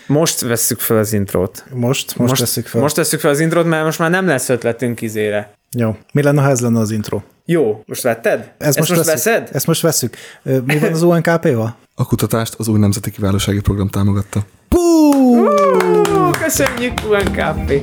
Most vesszük fel az intrót. Most vesszük fel. Most vesszük fel az intrót, mert most már nem lesz ötletünk izére. Jó. Mi lenne, ha ez lenne az intro? Jó. Most vetted? Ezt most veszed? Ezt most vesszük. Mi van az UNKP-val? A kutatást az új Nemzeti Kiválósági Program támogatta. Köszönjük, UNKP!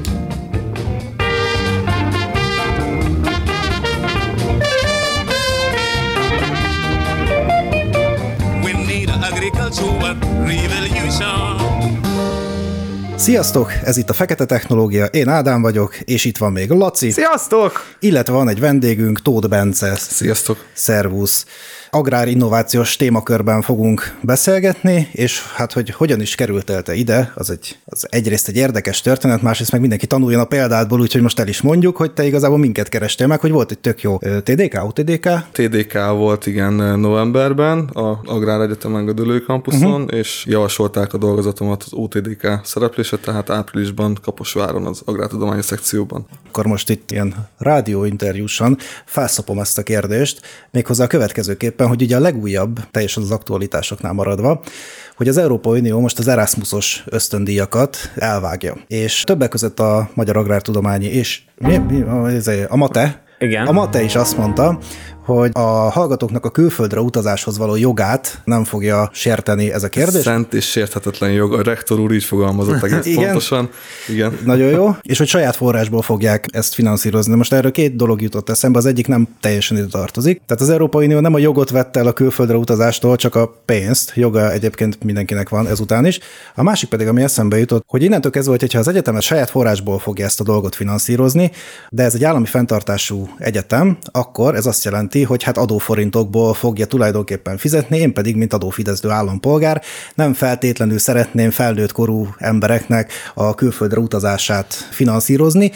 Sziasztok! Ez itt a Fekete Technológia, én Ádám vagyok, és itt van még Laci. Sziasztok! Illetve van egy vendégünk, Tóth Bence. Sziasztok! Szervusz! Agrárinnovációs témakörben fogunk beszélgetni, és hát, hogy hogyan is kerültél te ide, az egyrészt egy érdekes történet, másrészt meg mindenki tanuljon a példádból, úgyhogy most el is mondjuk, hogy te igazából minket kerestél meg, hogy volt egy tök jó OTDK? TDK volt, igen, novemberben, a Agrár Egyetemen Gödöllői kampuszon, és javasolták a dolgozatomat az OTDK szereplése, tehát áprilisban Kaposváron az Agrártudományi szekcióban. Akkor most itt ilyen rádióinterjúsan felszapom ezt a kérdést, méghozzá a következőképpen, hogy ugye a legújabb, teljesen az aktualitásoknál maradva, hogy az Európai Unió most az Erasmusos ösztöndíjakat elvágja. És többek között a Magyar Agrártudományi és a MATE, igen. A MATE is azt mondta, hogy a hallgatóknak a külföldre utazáshoz való jogát nem fogja sérteni ez a kérdés. Szent és sérthetetlen jog, a rektor úr így fogalmazott egész pontosan. Igen. Nagyon jó. És hogy saját forrásból fogják ezt finanszírozni. Most erről két dolog jutott eszembe, az egyik nem teljesen ide tartozik. Tehát az Európai Unió nem a jogot vette el a külföldre utazástól, csak a pénzt. Joga egyébként mindenkinek van ezután is. A másik pedig, ami eszembe jutott, hogy innentől kezdve, hogyha az egyetem saját forrásból fogja ezt a dolgot finanszírozni, de ez egy állami fenntartású egyetem, akkor ez azt jelenti, hogy hát adóforintokból fogja tulajdonképpen fizetni, én pedig, mint adófizető állampolgár, nem feltétlenül szeretném felnőtt korú embereknek a külföldre utazását finanszírozni,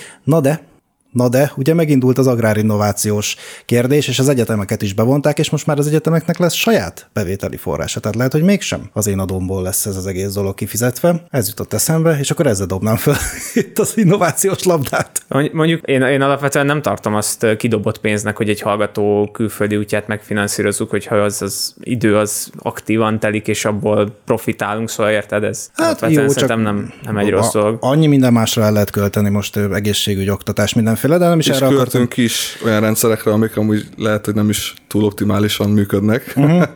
Na de, ugye megindult az agrárinnovációs kérdés, és az egyetemeket is bevonták, és most már az egyetemeknek lesz saját bevételi forrása. Tehát lehet, hogy mégsem az én adómból lesz ez az egész dolog kifizetve. Ez jutott eszembe, és akkor ezzel dobnám fel itt az innovációs labdát. Mondjuk én alapvetően nem tartom azt kidobott pénznek, hogy egy hallgató külföldi útját megfinanszírozzuk, hogyha az idő az aktívan telik, és abból profitálunk, szóval érted, ez hát jó, szerintem nem egy rossz dolog. Annyi minden másra el lehet költeni most egészségügy, oktatás, mindenféle, de nem is és erre költünk is olyan rendszerekre, amik amúgy lehet, hogy nem is túl optimálisan működnek.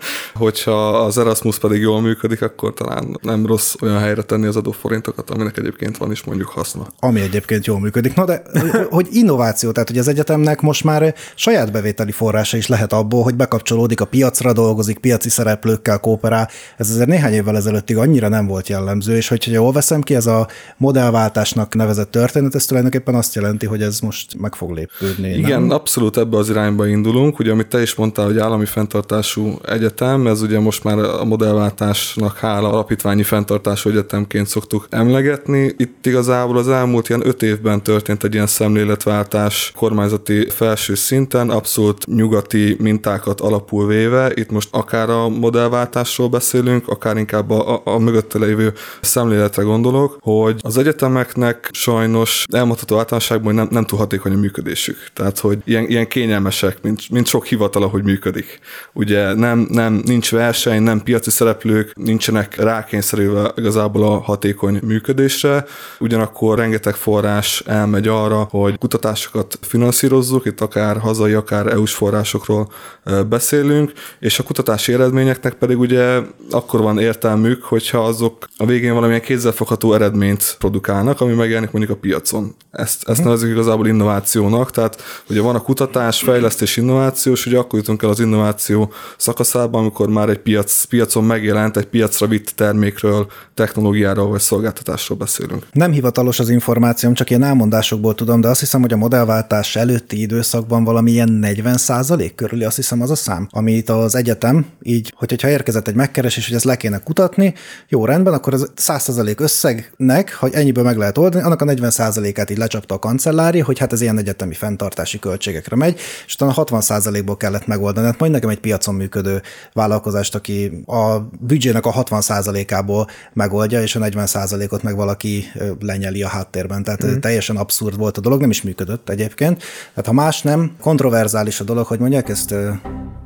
Hogyha az Erasmus pedig jól működik, akkor talán nem rossz olyan helyre tenni az adóforintokat, aminek egyébként van is mondjuk haszna. Ami egyébként jól működik. Na de, hogy innováció, tehát hogy az egyetemnek most már saját bevételi forrása is lehet abból, hogy bekapcsolódik a piacra, dolgozik, piaci szereplőkkel kooperál. Ez azért néhány évvel ezelőttig annyira nem volt jellemző, és hogyha jól veszem ki, ez a modellváltásnak nevezett történet, ez tulajdonképpen azt jelenti, hogy ez most meg fog lépődni. Igen, nem? abszolút ebbe az irányba indulunk. Ugye, amit te is mondtál, hogy állami fenntartású egyetem, ez ugye most már a modellváltásnak hála alapítványi fenntartású egyetemként szoktuk emlegetni. Itt igazából az elmúlt ilyen 5 évben történt egy ilyen szemléletváltás kormányzati felső szinten, abszolút nyugati mintákat alapul véve. Itt most akár a modellváltásról beszélünk, akár inkább a mögötte lévő szemléletre gondolok, hogy az egyetemeknek sajnos elmondható általánosságban, hogy nem túl hatékony a működésük. Tehát, hogy ilyen kényelmesek, mint sok hivatal, ahogy működik. Ugye nincs verseny, nem piaci szereplők, nincsenek rákényszerülve igazából a hatékony működésre. Ugyanakkor rengeteg forrás elmegy arra, hogy kutatásokat finanszírozzuk, itt akár hazai, akár EU-s forrásokról beszélünk, és a kutatási eredményeknek pedig ugye akkor van értelmük, hogyha azok a végén valamilyen kézzelfogható eredményt produkálnak, ami megjelenik mondjuk a piacon. Ezt nevezzük igazából innovációnak, tehát ugye van a kutatás, fejlesztés, innováció, és ugye akkor jutunk el az innováció szakaszában, amikor már egy piacon megjelent, egy piacra vitt termékről, technológiáról vagy szolgáltatásról beszélünk. Nem hivatalos az információm, csak ilyen elmondásokból tudom, de azt hiszem, hogy a modellváltás előtti időszakban valamilyen 40% körüli, azt hiszem az a szám, amit az egyetem így, hogyha érkezett egy megkeresés, hogy ezt le kéne kutatni, jó rendben, akkor az 100% összegnek, hogy ennyiből meg lehet oldani, annak a 40%-át így lecsapta a kancellária, hogy hát ez ilyen egyetemi fenntartási költségekre megy, és utána 60%-ból kellett megoldani. Hát mondj nekem egy piacon működő vállalkozást, aki a büdzsének a 60%-ából megoldja, és a 40%-ot meg valaki lenyeli a háttérben. Tehát teljesen abszurd volt a dolog, nem is működött egyébként. Tehát ha más nem, kontroverzális a dolog, hogy mondják ezt...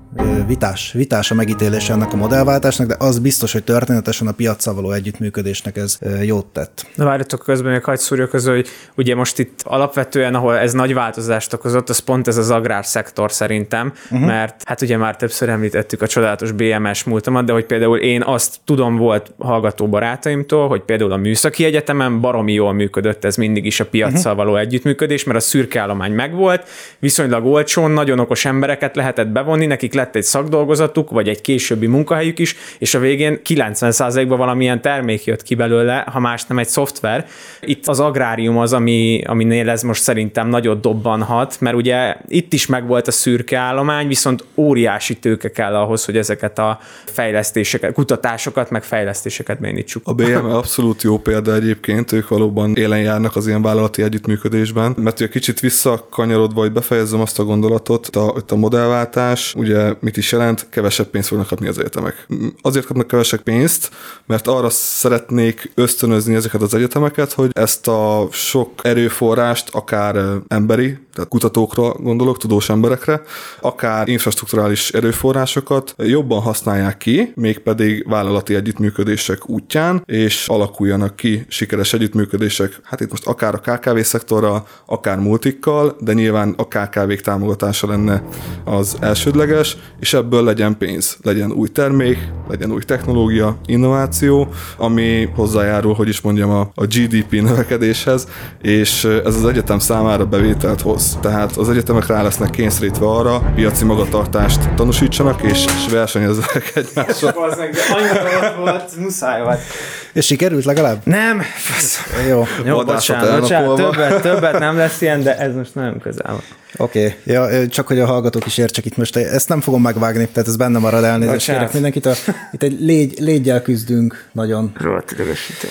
vitás a megítélése ennek a modellváltásnak, de az biztos, hogy történetesen a piaccal való együttműködésnek ez jót tett. Na várjatok, közben még hagyd szúrjak közül, hogy ugye most itt alapvetően, ahol ez nagy változást okozott, az pont ez az agrárszektor szerintem, mert hát ugye már többször említettük a csodálatos BMS múltamat, de hogy például én azt tudom, volt hallgató barátaimtól, hogy például a műszaki egyetemen baromi jól működött ez mindig is a piaccal való együttműködés, mert a szürke állomány megvolt, viszonylag olcsón, nagyon okos embereket lehetett bevonni, nekik lett egy szakdolgozatuk, vagy egy későbbi munkahelyük is, és a végén 90%-ban valamilyen termék jött ki belőle, ha más nem egy szoftver. Itt az agrárium az, aminél ez most szerintem nagyot dobbanhat, mert ugye itt is megvolt a szürke állomány, viszont óriási tőke kell ahhoz, hogy ezeket a fejlesztéseket, kutatásokat, meg fejlesztéseket beindítsuk. A BM abszolút jó példa egyébként, ők valóban élen járnak az ilyen vállalati együttműködésben, mert ugye kicsit visszakanyarodva, hogy befejezzem azt a gondolatot, itt a modellváltás, ugye mit is jelent, kevesebb pénzt fognak kapni az egyetemek. Azért kapnak kevesebb pénzt, mert arra szeretnék ösztönözni ezeket az egyetemeket, hogy ezt a sok erőforrást, akár emberi, tehát kutatókra gondolok, tudós emberekre, akár infrastrukturális erőforrásokat jobban használják ki, mégpedig vállalati együttműködések útján, és alakuljanak ki sikeres együttműködések, hát itt most akár a KKV szektorral, akár multikkal, de nyilván a KKV-k támogatása lenne az elsődleges, és ebből legyen pénz, legyen új termék, legyen új technológia, innováció, ami hozzájárul, hogy is mondjam, a GDP növekedéshez, és ez az egyetem számára bevételt hoz. Tehát az egyetemek rá lesznek kényszerítve arra, piaci magatartást tanúsítsanak, és versenyezzenek egymással. Volt, muszáj volt. És sikerült legalább? Nem. Jó, bocsánat, többet nem lesz ilyen, de ez most nagyon közel van. Oké. Ja, csak hogy a hallgatók is értsek itt most, ezt nem fogom megvágni, tehát ez benne marad, elnézést kérek mindenkit. Itt egy légyel küzdünk nagyon. Rohadt idegesítő.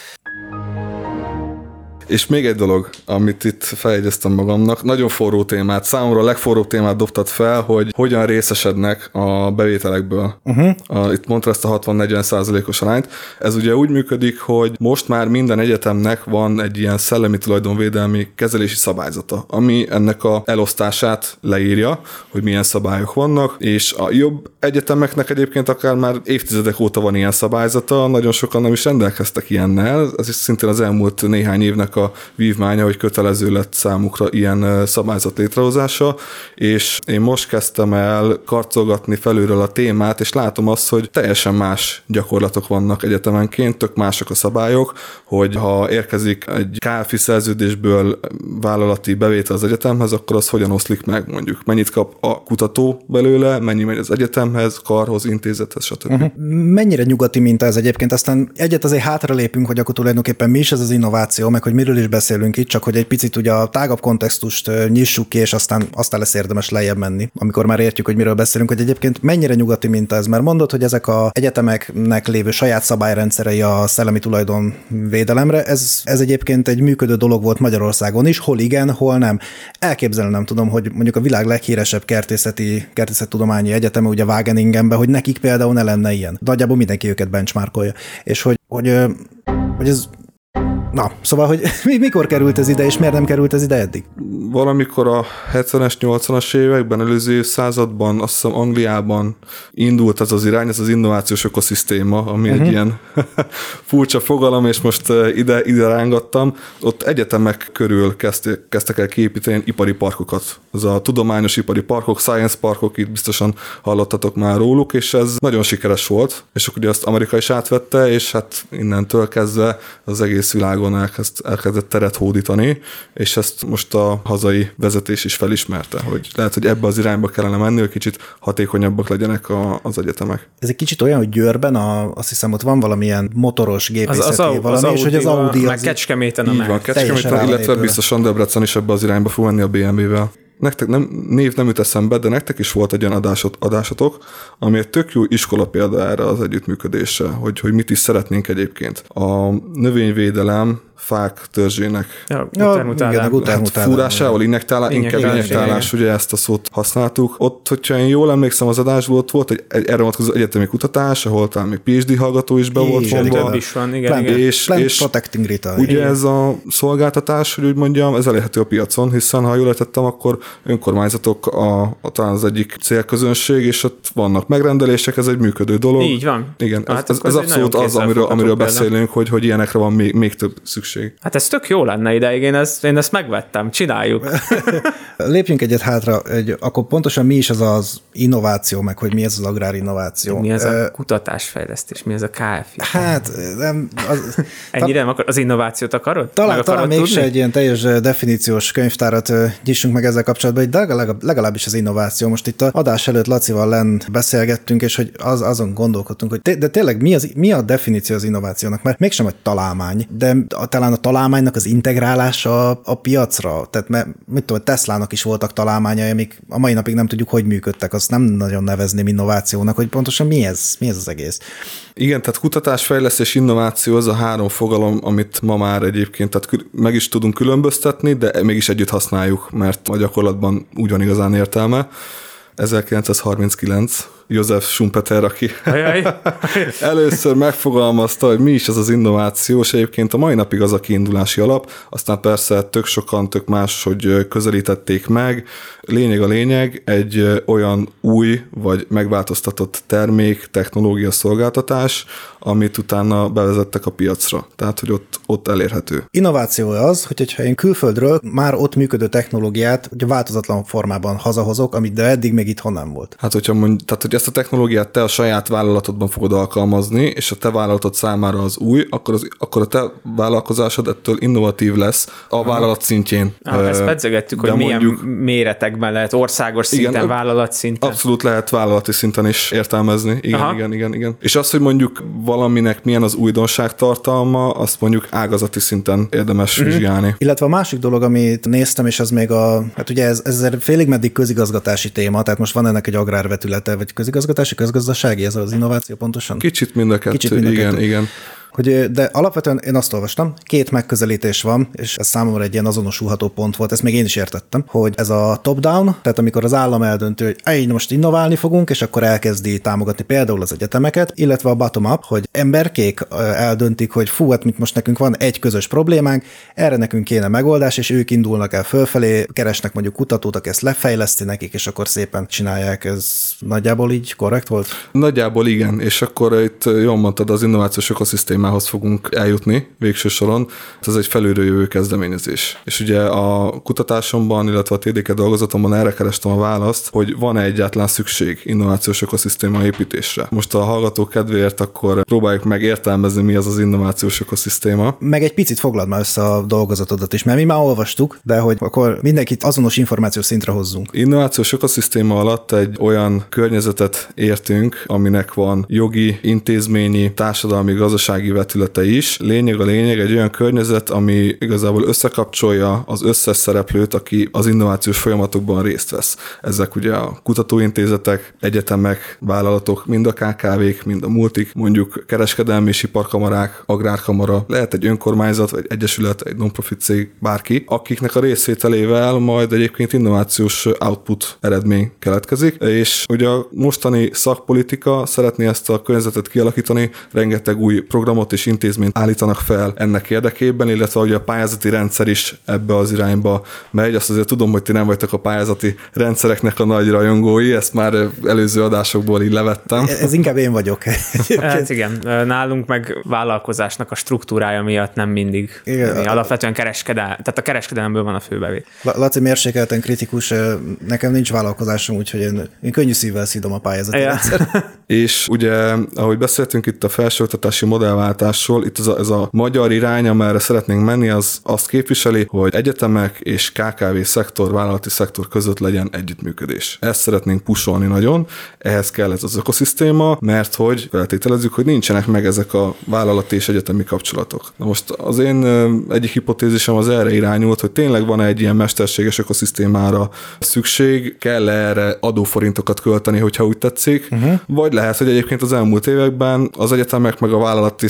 És még egy dolog, amit itt feljegyeztem magamnak, nagyon forró témát, számomra a legforróbb témát dobtad fel, hogy hogyan részesednek a bevételekből. Itt mondta ezt a 60-40%-os arányt. Ez ugye úgy működik, hogy most már minden egyetemnek van egy ilyen szellemi tulajdonvédelmi kezelési szabályzata, ami ennek a elosztását leírja, hogy milyen szabályok vannak, és a jobb egyetemeknek egyébként akár már évtizedek óta van ilyen szabályzata, nagyon sokan nem is rendelkeztek ilyennel, ez is szintén az elmúlt néhány évnek a vívmánya, hogy kötelező lett számukra ilyen szabályzat létrehozása, és én most kezdtem el karcolgatni felülről a témát, és látom azt, hogy teljesen más gyakorlatok vannak egyetemenként, tök mások a szabályok, hogy ha érkezik egy KFI szerződésből vállalati bevétel az egyetemhez, akkor az hogyan oszlik meg, mondjuk mennyit kap a kutató belőle, mennyi megy az egyetemhez, karhoz, intézethez, stb. Mennyire nyugati minta ez egyébként? Aztán egyet azért hátralépünk, hogy akkor tulajdonképpen mi is ez az innováció, meg hogy miről is beszélünk itt, csak hogy egy picit ugye a tágabb kontextust nyissuk ki, és aztán lesz érdemes lejjebb menni, amikor már értjük, hogy miről beszélünk, hogy egyébként mennyire nyugati minta ez, mert mondod, hogy ezek az egyetemeknek lévő saját szabályrendszerei a szellemi tulajdonvédelemre, ez egyébként egy működő dolog volt Magyarországon is, hol igen, hol nem. Elképzelni nem tudom, hogy mondjuk a világ leghíresebb kertészettudományi egyeteme, ugye Wageningenben, hogy nekik például ne lenne ilyen. Nagyjából mindenki őket benchmarkolja. És hogy ez na, szóval, hogy mikor került ez ide, és miért nem került ez ide eddig? Valamikor a 70-es, 80-as években, előző évszázadban, azt hiszem Angliában indult ez az irány, ez az innovációs ökoszisztéma, ami egy ilyen furcsa fogalom, és most ide rángattam. Ott egyetemek körül kezdtek el kiépíteni ilyen ipari parkokat. Ez a tudományos ipari parkok, science parkok, itt biztosan hallottatok már róluk, és ez nagyon sikeres volt, és akkor ugye azt Amerika is átvette, és hát innentől kezdve az egész világon elkezdett teret hódítani, és ezt most a hazai vezetés is felismerte, hogy lehet, hogy ebbe az irányba kellene menni, hogy kicsit hatékonyabbak legyenek az egyetemek. Ez egy kicsit olyan, hogy Győrben, azt hiszem, ott van valamilyen motoros gépészeti valami, és hogy az Audi meg Kecskeméten a így van, Kecskeméten, illetve biztosan Debrecen is ebbe az irányba fog menni a BMW-vel. Nektek név nem jut eszembe, de nektek is volt egy olyan adásotok, ami egy tök jó iskola példa erre az együttműködésre, hogy mit is szeretnénk egyébként. A növényvédelem fák törzsének fúrásával, injektálás, ugye ezt a szót használtuk. Ott, hogyha én jól emlékszem, az adásból ott volt egy erre vonatkozó egyetemi kutatás, ahol talán még PhD hallgató is be volt vonva. És protecting rita. Ugye ez a szolgáltatás, hogy úgy mondjam, ez elérhető a piacon, hiszen ha jól értettem, akkor önkormányzatok talán az egyik célközönség, és ott vannak megrendelések, ez egy működő dolog. Így van. Igen, hát ez abszolút az, amiről beszélünk, hogy ilyenekre van még több szükség. Hát ez tök jó lenne ideig, én ezt megvettem, csináljuk. Lépjünk egyet hátra, akkor pontosan mi is az innováció, meg hogy mi ez az agrárinnováció? Mi ez a kutatásfejlesztés, mi ez a KFI? Hát nem... Ennyire nem az innovációt akarod? Talán mégse egy ilyen teljes definíciós könyvtárat nyissunk meg ezzel kapcsolatban, de legalábbis az innováció. Most itt az adás előtt Lacival beszélgettünk, és hogy azon gondolkodtunk, hogy de tényleg mi a definíció az innovációnak? Mert mégsem egy találmány, de talán a találmánynak az integrálása a piacra. Tehát mit tudom, Teslának is voltak találmányai, amik a mai napig nem tudjuk, hogy működtek. Azt nem nagyon nevezném innovációnak, hogy pontosan mi ez az egész. Igen, tehát kutatás, fejlesztés, innováció az a három fogalom, amit ma már egyébként tehát meg is tudunk különböztetni, de mégis együtt használjuk, mert a gyakorlatban úgy van igazán értelme. 1939 József Schumpeter, aki először megfogalmazta, hogy mi is az az innováció, és egyébként a mai napig az a kiindulási alap, aztán persze tök sokan, tök más, hogy közelítették meg. Lényeg egy olyan új vagy megváltoztatott termék, technológia, szolgáltatás, amit utána bevezettek a piacra. Tehát, hogy ott elérhető. Innováció az, hogyha én külföldről már ott működő technológiát változatlan formában hazahozok, amit de eddig még itthon nem volt. Hát, hogy ezt a technológiát te a saját vállalatodban fogod alkalmazni, és a te vállalatod számára az új, akkor a te vállalkozásod ettől innovatív lesz a vállalat szintjén. Ezt pedzegettük, hogy milyen méretekben lehet, országos szinten, igen, vállalat szinten. Abszolút lehet vállalati szinten is értelmezni. Igen. És az, hogy mondjuk valaminek milyen az újdonság tartalma, azt mondjuk ágazati szinten érdemes vizsgálni. Illetve a másik dolog, amit néztem, és az még hát ugye ez félig meddig közigazgatási téma, tehát most van ennek egy agrárvetülete, vagy közgazdasági, ez az innováció pontosan? Kicsit mind a kettő, igen. De alapvetően én azt olvastam, 2 megközelítés van, és ez számomra egy ilyen azonosulható pont volt, ezt még én is értettem, hogy ez a top-down, tehát amikor az állam eldöntő, hogy most innoválni fogunk, és akkor elkezdi támogatni például az egyetemeket, illetve a bottom-up, hogy emberkék eldöntik, hogy hát most nekünk van egy közös problémánk, erre nekünk kéne megoldás, és ők indulnak el fölfelé, keresnek mondjuk kutatót, aki ezt lefejleszti nekik, és akkor szépen csinálják. Ez nagyjából így korrekt volt? Nagyjából igen, és akkor itt jól mondtad, az innovációs ökoszisztémához fogunk eljutni végső soron. Ez egy felülről jövő kezdeményezés. És ugye a kutatásomban, illetve a TDK dolgozatomban erre kerestem a választ, hogy van-e egyáltalán szükség innovációs ökoszisztéma építésre. Most a hallgató kedvéért akkor próbáljuk meg értelmezni, mi az az innovációs ökoszisztéma. Meg egy picit foglald már össze a dolgozatodat is, mert mi már olvastuk, de hogy akkor mindenkit azonos információs szintre hozzunk. Innovációs ökoszisztéma alatt egy olyan környezetet értünk, aminek van jogi, intézményi, társadalmi, gazdasági vetülete is. Lényeg egy olyan környezet, ami igazából összekapcsolja az összes szereplőt, aki az innovációs folyamatokban részt vesz. Ezek ugye a kutatóintézetek, egyetemek, vállalatok, mind a KKV-k, mind a multik, mondjuk kereskedelmi és iparkamarák, agrárkamara, lehet egy önkormányzat, vagy egy egyesület, egy non-profit cég, bárki, akiknek a részvételével majd egyébként innovációs output eredmény keletkezik, és ugye a mostani szakpolitika szeretné ezt a környezetet kialakítani, rengeteg új programot és intézményt állítanak fel ennek érdekében, illetve ugye a pályázati rendszer is ebbe az irányba megy. Azt azért tudom, hogy ti nem vagytok a pályázati rendszereknek a nagy rajongói, ezt már előző adásokból így levettem. Ez inkább én vagyok. Hát igen, nálunk meg vállalkozásnak a struktúrája miatt nem mindig. Igen. Alapvetően tehát a kereskedelemből van a főbevét. Laci mérsékelten kritikus, nekem nincs vállalkozásom, úgyhogy én könnyű szívvel szídom a pályázati rendszer. És ugye, ahogy beszéltünk itt a felsőoktatási modellváltásról, itt ez a magyar irány, amerre szeretnénk menni, az azt képviseli, hogy egyetemek és KKV szektor, vállalati szektor között legyen együttműködés. Ezt szeretnénk pusolni nagyon, ehhez kell ez az ökoszisztéma, mert hogy feltételezzük, hogy nincsenek meg ezek a vállalati és egyetemi kapcsolatok. Na most az én egyik hipotézisem az erre irányult, hogy tényleg van egy ilyen mesterséges ökoszisztémára szükség, kell erre adóforintokat költeni, hogyha úgy tetszik, vagy lehet, hogy egyébként az elmúlt években az egyetemek meg a vállalati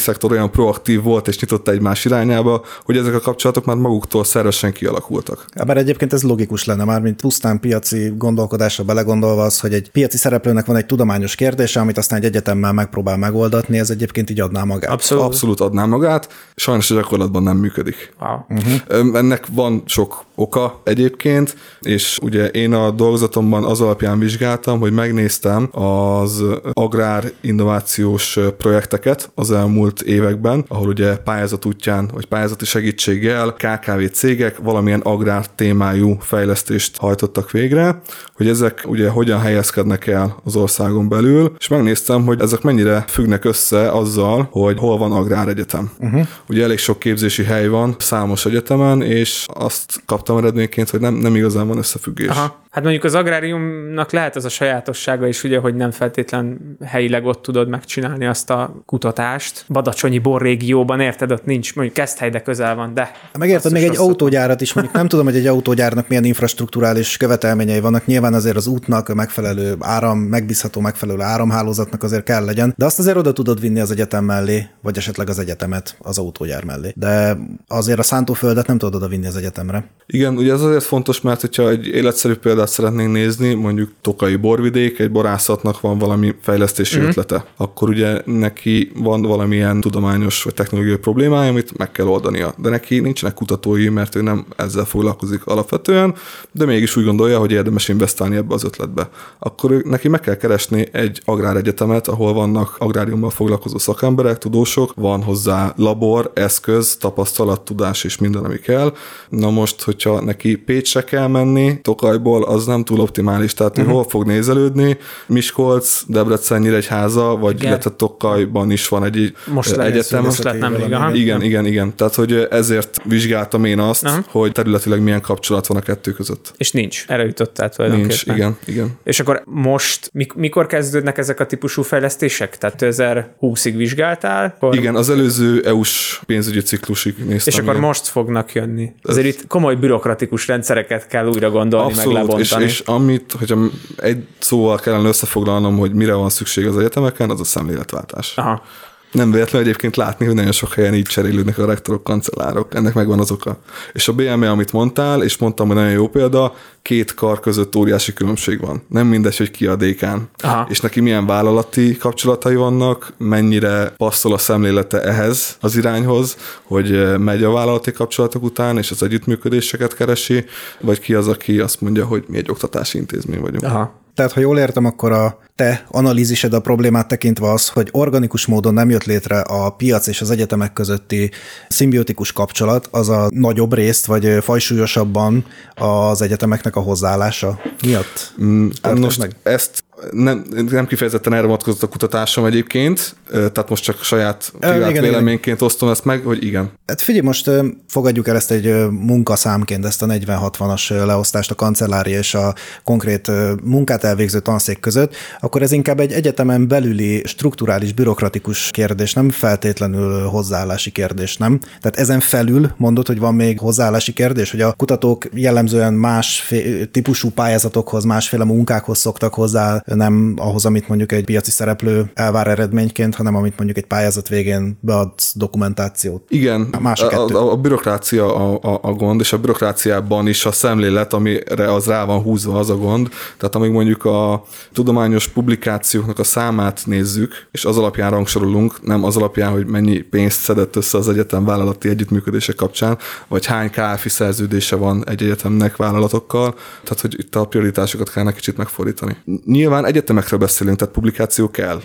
agrárszektor olyan proaktív volt és nyitott egymás irányába, hogy ezek a kapcsolatok már maguktól szervesen kialakultak. Mert egyébként ez logikus lenne már, mint pusztán piaci gondolkodásra belegondolva az, hogy egy piaci szereplőnek van egy tudományos kérdése, amit aztán egy egyetemmel megpróbál megoldatni, ez egyébként így adná magát. Abszolút adná magát, sajnos a gyakorlatban nem működik. Wow. Ennek van sok oka egyébként, és ugye én a dolgozatomban az alapján vizsgáltam, hogy megnéztem az agrár innovációs projekteket az elmúlt években, ahol ugye pályázat útján, vagy pályázati segítséggel KKV cégek valamilyen agrár témájú fejlesztést hajtottak végre, hogy ezek ugye hogyan helyezkednek el az országon belül, és megnéztem, hogy ezek mennyire függnek össze azzal, hogy hol van agráregyetem. Ugye elég sok képzési hely van számos egyetemen, és azt kaptam eredményként, hogy nem igazán van összefüggés. Aha. Hát mondjuk az agráriumnak lehet az a sajátossága is, ugye, hogy nem feltétlen helyileg ott tudod megcsinálni azt a kutatást. Badacsonyi borrégióban, érted, ott nincs, mondjuk Keszthely, de közel van, de... Megérted még egy autógyárat is, mondjuk nem tudom, hogy egy autógyárnak milyen infrastrukturális követelményei vannak. Nyilván azért az útnak megfelelő megbízható megfelelő áramhálózatnak azért kell legyen, de azt azért oda tudod vinni az egyetem mellé, vagy esetleg az egyetemet az autógyár mellé. De azért a szántóföldet nem tudod oda vinni az egyetemre. Igen, ugye ez azért fontos, mert hogyha egy életszerű példát szeretnénk nézni, mondjuk Tokai borvidék, egy borászatnak van valami fejlesztési ötlete, akkor ugye neki van valamilyen tudományos vagy technológiai problémája, amit meg kell oldania. De neki nincsenek kutatói, mert ő nem ezzel foglalkozik alapvetően, de mégis úgy gondolja, hogy érdemes investálni ebbe az ötletbe. Akkor neki meg kell keresni egy agráregyetemet, ahol vannak agráriummal foglalkozó szakemberek, tudósok, van hozzá labor, eszköz, tapasztalat, tudás és minden, ami kell. Na most, hogyha neki Pécsre kell menni, Tokajból, az nem túl optimális, tehát hogy hol fog nézelődni, Miskolc, Debrecen, Nyíregyháza, vagy illetve Tokajban is van egy egyetem. Most lett nemrég. Igen. Tehát, hogy ezért vizsgáltam én azt, hogy területileg milyen kapcsolat van a kettő között. És nincs. Erre jutottál tulajdonképpen. Nincs, igen. És akkor most mikor kezdődnek ezek a típusú fejlesztések? Tehát 2020-ig vizsgáltál? Igen, az előző EU-s pénzügyi ciklusig néztem. És akkor most fognak jönni. Azért itt komoly bürokratikus rendszereket kell újra gondolni, meg lebontani. És amit, hogyha egy szóval kellene összefoglalnom, hogy mire van szükség az egyetemeken, az a szemléletváltás. Aha. Nem véletlen egyébként látni, hogy nagyon sok helyen így cserélődnek a rektorok, kancellárok. Ennek megvan az oka. És a BME, amit mondtál, és mondtam, hogy nagyon jó példa, 2 kar között óriási különbség van. Nem mindegy, hogy ki a dékán. Aha. És neki milyen vállalati kapcsolatai vannak, mennyire passzol a szemlélete ehhez az irányhoz, hogy megy a vállalati kapcsolatok után, és az együttműködéseket keresi, vagy ki az, aki azt mondja, hogy mi egy oktatási intézmény vagyunk. Aha. Tehát, ha jól értem, akkor a te analízised a problémát tekintve az, hogy organikus módon nem jött létre a piac és az egyetemek közötti szimbiotikus kapcsolat, az a nagyobb részt, vagy fajsúlyosabban az egyetemeknek a hozzáállása miatt? Most ezt nem kifejezetten erre vonatkozott a kutatásom egyébként, tehát most csak saját privát véleményként osztom ezt meg, hogy igen. Hát figyelj, most fogadjuk el ezt egy munkaszámként, ezt a 40-60-as leosztást a kancellária és a konkrét munkát elvégző tanszék között, akkor ez inkább egy egyetemen belüli strukturális, bürokratikus kérdés, nem feltétlenül hozzáállási kérdés, nem? Tehát ezen felül mondod, hogy van még hozzáállási kérdés, hogy a kutatók jellemzően más típusú pályázatokhoz, másféle munkákhoz szoktak hozzá, nem ahhoz, amit mondjuk egy piaci szereplő elvár eredményként, hanem amit mondjuk egy pályázat végén beadsz dokumentációt. Igen, a bürokrácia a gond, és a bürokráciában is a szemlélet, amire az rá van húzva, az a gond. Tehát amíg mondjuk a tudományos publikációknak a számát nézzük, és az alapján rangsorolunk, nem az alapján, hogy mennyi pénzt szedett össze az egyetem vállalati együttműködése kapcsán, vagy hány KFI szerződése van egy egyetemnek vállalatokkal, tehát hogy itt a prioritásokat kellene kicsit megfordítani. Nyilván egyetemekről beszélünk, tehát publikáció kell.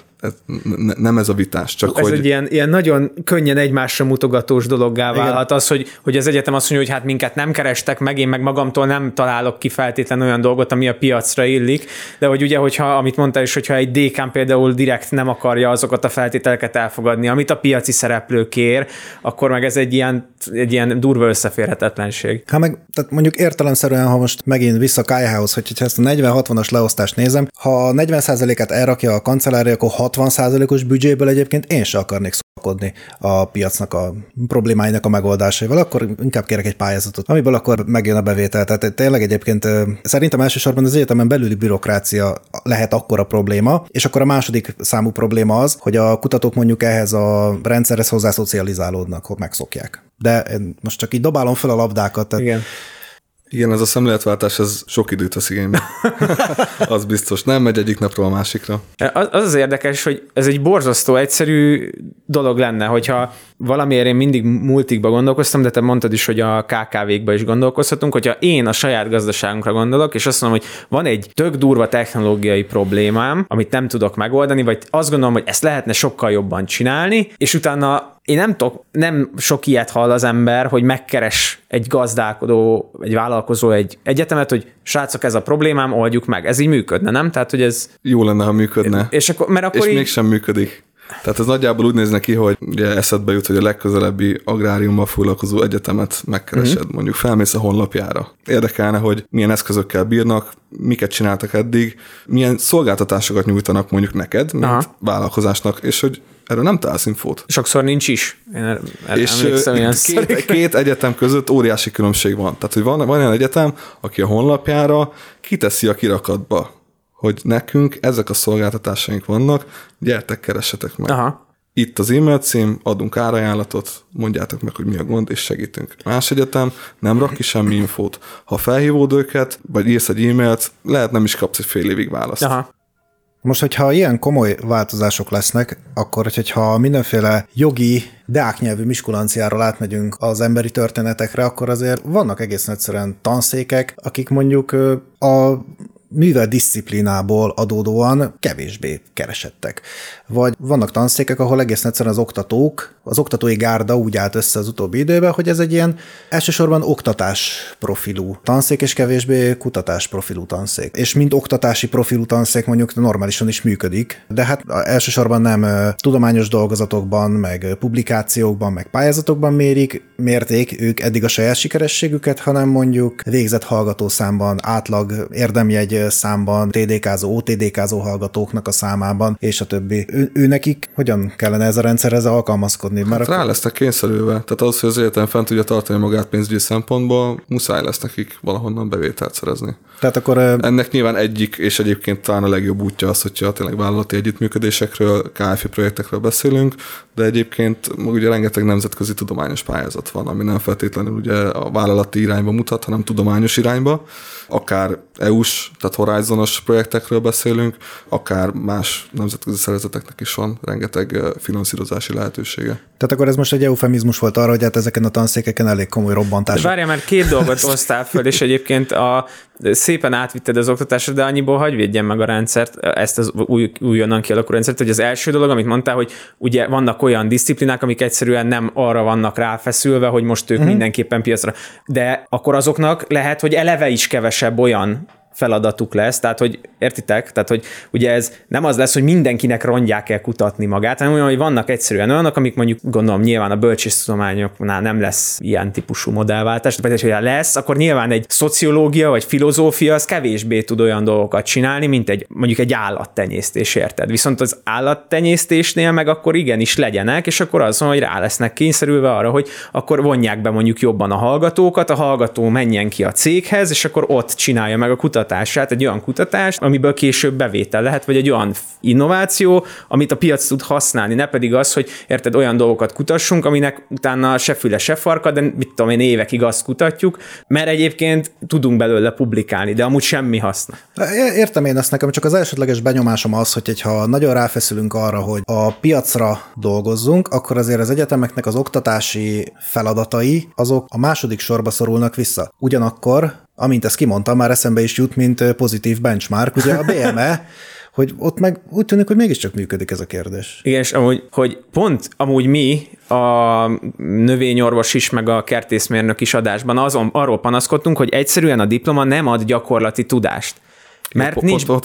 Nem ez a vitás. Csak ez hogy... egy ilyen nagyon könnyen egymásra mutogatós dologgá válhat az, hogy az egyetem azt mondja, hogy hát minket nem kerestek meg, én meg magamtól nem találok ki feltétlenül olyan dolgot, ami a piacra illik, de hogy ugye, hogyha, amit mondtál is, hogyha egy dékán például direkt nem akarja azokat a feltételeket elfogadni, amit a piaci szereplő kér, akkor meg ez egy ilyen durva összeférhetetlenség. Hát meg, tehát mondjuk értelemszerűen, ha most megint vissza KH-hoz, hogyha ezt a 40-60-as leosztást nézem, ha 40%-át elrakja a kancellária, akkor 60%-os büdzséből egyébként én se akarnék szolkodni a piacnak a problémáinak a megoldásaival, akkor inkább kérek egy pályázatot, amiből akkor megjön a bevétel. Tehát tényleg egyébként szerintem elsősorban az egyetemen belüli bürokrácia lehet akkora probléma, és akkor a második számú probléma az, hogy a kutatók mondjuk ehhez a rendszerhez hozzá szocializálódnak, hogy megszokják. De most csak így dobálom fel a labdákat. Tehát Igen, ez a szemléletváltás, ez sok időt vesz igénybe. Az biztos. Nem megy egyik napról a másikra. Az érdekes, hogy ez egy borzasztó egyszerű dolog lenne, hogyha valamiért én mindig multikba gondolkoztam, de te mondtad is, hogy a KKV-kba is gondolkozhatunk, hogyha én a saját gazdaságunkra gondolok, és azt mondom, hogy van egy tök durva technológiai problémám, amit nem tudok megoldani, vagy azt gondolom, hogy ezt lehetne sokkal jobban csinálni, és utána én nem sok ilyet hall az ember, hogy megkeres egy gazdálkodó, egy vállalkozó, egy egyetemet, hogy srácok, ez a problémám, oldjuk meg. Ez így működne, nem? Tehát, hogy ez... Jó lenne, ha működne. És így... mégsem működik. Tehát ez nagyjából úgy néz neki, hogy ugye eszedbe jut, hogy a legközelebbi agráriummal foglalkozó egyetemet megkeresed, mondjuk felmész a honlapjára. Érdekelne, hogy milyen eszközökkel bírnak, miket csináltak eddig, milyen szolgáltatásokat nyújtanak mondjuk neked, mint vállalkozásnak, és hogy erről nem találsz infót. Sokszor nincs is. Én és két egyetem között óriási különbség van. Tehát, hogy van olyan egyetem, aki a honlapjára kiteszi a kirakatba, hogy nekünk ezek a szolgáltatásaink vannak, gyertek, keressetek meg. Aha. Itt az e-mail cím, adunk árajánlatot, mondjátok meg, hogy mi a gond, és segítünk. Más egyetem nem rak ki semmi infót. Ha felhívod őket, vagy írsz egy e-mailt, lehet nem is kapsz egy fél évig választ. Aha. Most, hogyha ilyen komoly változások lesznek, akkor, hogyha mindenféle jogi, deáknyelvű miskulanciáról átmegyünk az emberi történetekre, akkor azért vannak egészen egyszerűen tanszékek, akik mondjuk a művel diszciplinából adódóan kevésbé keresettek. Vagy vannak tanszékek, ahol egészen egyszerűen az oktatói gárda úgy állt össze az utóbbi időben, hogy ez egy ilyen elsősorban oktatás profilú tanszék, és kevésbé kutatás profilú tanszék. És mind oktatási profilú tanszék mondjuk normálisan is működik, de hát elsősorban nem tudományos dolgozatokban, meg publikációkban, meg pályázatokban mérték ők eddig a saját sikerességüket, hanem mondjuk végzett hallgatószámban, átlag érdemjegy számban, TDK-zó, OTDK-zó hallgatóknak a számában, és a többi. Ő nekik hogyan kellene ez a rendszerhez alkalmazkodni? Hát rá lesznek kényszerülve. Tehát az, hogy az egyetem fent tudja tartani magát pénzügyi szempontból, muszáj lesz nekik valahonnan bevételt szerezni. Tehát akkor... Ennek nyilván egyik, és egyébként talán a legjobb útja az, hogyha tényleg vállalati együttműködésekről, KFI projektekről beszélünk, de egyébként ugye rengeteg nemzetközi tudományos pályázat van, ami nem feltétlenül ugye a vállalati irányba mutat, hanem tudományos irányba. Akár EU-s, tehát Horizonos projektekről beszélünk, akár más nemzetközi szervezeteknek is van rengeteg finanszírozási lehetősége. Tehát akkor ez most egy eufemizmus volt arra, hogy hát ezeken a tanszékeken elég komoly robbantás. Várjál, mert két dolgot osztál föl, és egyébként szépen átvitted az oktatásra, de annyiból hagyj védjen meg a rendszert, ezt az újonnan kialakuló rendszert, hogy az első dolog, amit mondtál, hogy ugye vannak olyan disziplinák, amik egyszerűen nem arra vannak ráfeszülve, hogy most ők mindenképpen piacra. De akkor azoknak lehet, hogy eleve is kevesebb olyan feladatuk lesz, tehát hogy értitek? Tehát, hogy ugye ez nem az lesz, hogy mindenkinek rongyá kell kutatni magát, hanem olyan, hogy vannak egyszerűen olyanok, amik mondjuk gondolom nyilván a bölcsésztudományoknál nem lesz ilyen típusú modellváltás, de hogyha lesz, akkor nyilván egy szociológia vagy filozófia az kevésbé tud olyan dolgokat csinálni, mint mondjuk egy állattenyésztés, érted? Viszont az állattenyésztésnél meg akkor igenis legyenek, és akkor az van, hogy rá lesznek kényszerülve arra, hogy akkor vonják be mondjuk jobban a hallgatókat, a hallgató menjen ki a céghez, és akkor ott csinálja meg a kutatását, egy olyan kutatást, amiből később bevétel lehet, vagy egy olyan innováció, amit a piac tud használni, ne pedig az, hogy érted, olyan dolgokat kutassunk, aminek utána se füle, se farka, de mit tudom én, évekig azt kutatjuk, mert egyébként tudunk belőle publikálni, de amúgy semmi haszna. Értem én ezt, nekem csak az elsődleges benyomásom az, hogy ha nagyon ráfeszülünk arra, hogy a piacra dolgozzunk, akkor azért az egyetemeknek az oktatási feladatai, azok a második sorba szorulnak vissza. Ugyanakkor, amint ezt kimondtam, már eszembe is jut, mint pozitív benchmark, ugye a BME, hogy ott meg úgy tűnik, hogy mégiscsak működik ez a kérdés. Igen, és hogy pont amúgy mi, a növényorvos is, meg a kertészmérnök is adásban arról panaszkodtunk, hogy egyszerűen a diploma nem ad gyakorlati tudást. Mert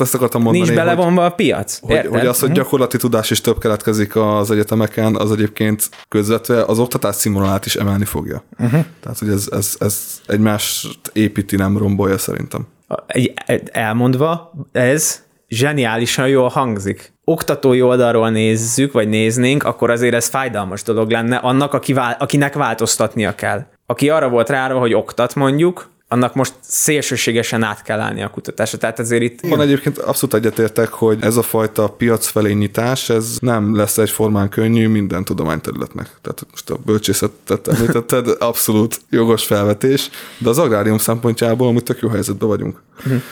nincs belevonva a piac. Hogy az, hogy gyakorlati tudás is több keletkezik az egyetemeken, az egyébként közvetve az oktatás színvonalát is emelni fogja. Tehát, hogy ez egymást építi, nem rombolja szerintem. Elmondva, ez zseniálisan jól hangzik. oktatói oldalról nézzük, vagy néznénk, akkor azért ez fájdalmas dolog lenne annak, akinek változtatnia kell. Aki arra volt rára, hogy oktat mondjuk, annak most szélsőségesen át kell állni a kutatásra. Tehát azért itt... Van egyébként abszolút egyetértek, hogy ez a fajta piac felé nyitás, ez nem lesz egyformán könnyű minden tudományterületnek. Tehát most a bölcsészetet említetted, abszolút jogos felvetés, de az agrárium szempontjából amúgy tök jó helyzetben vagyunk.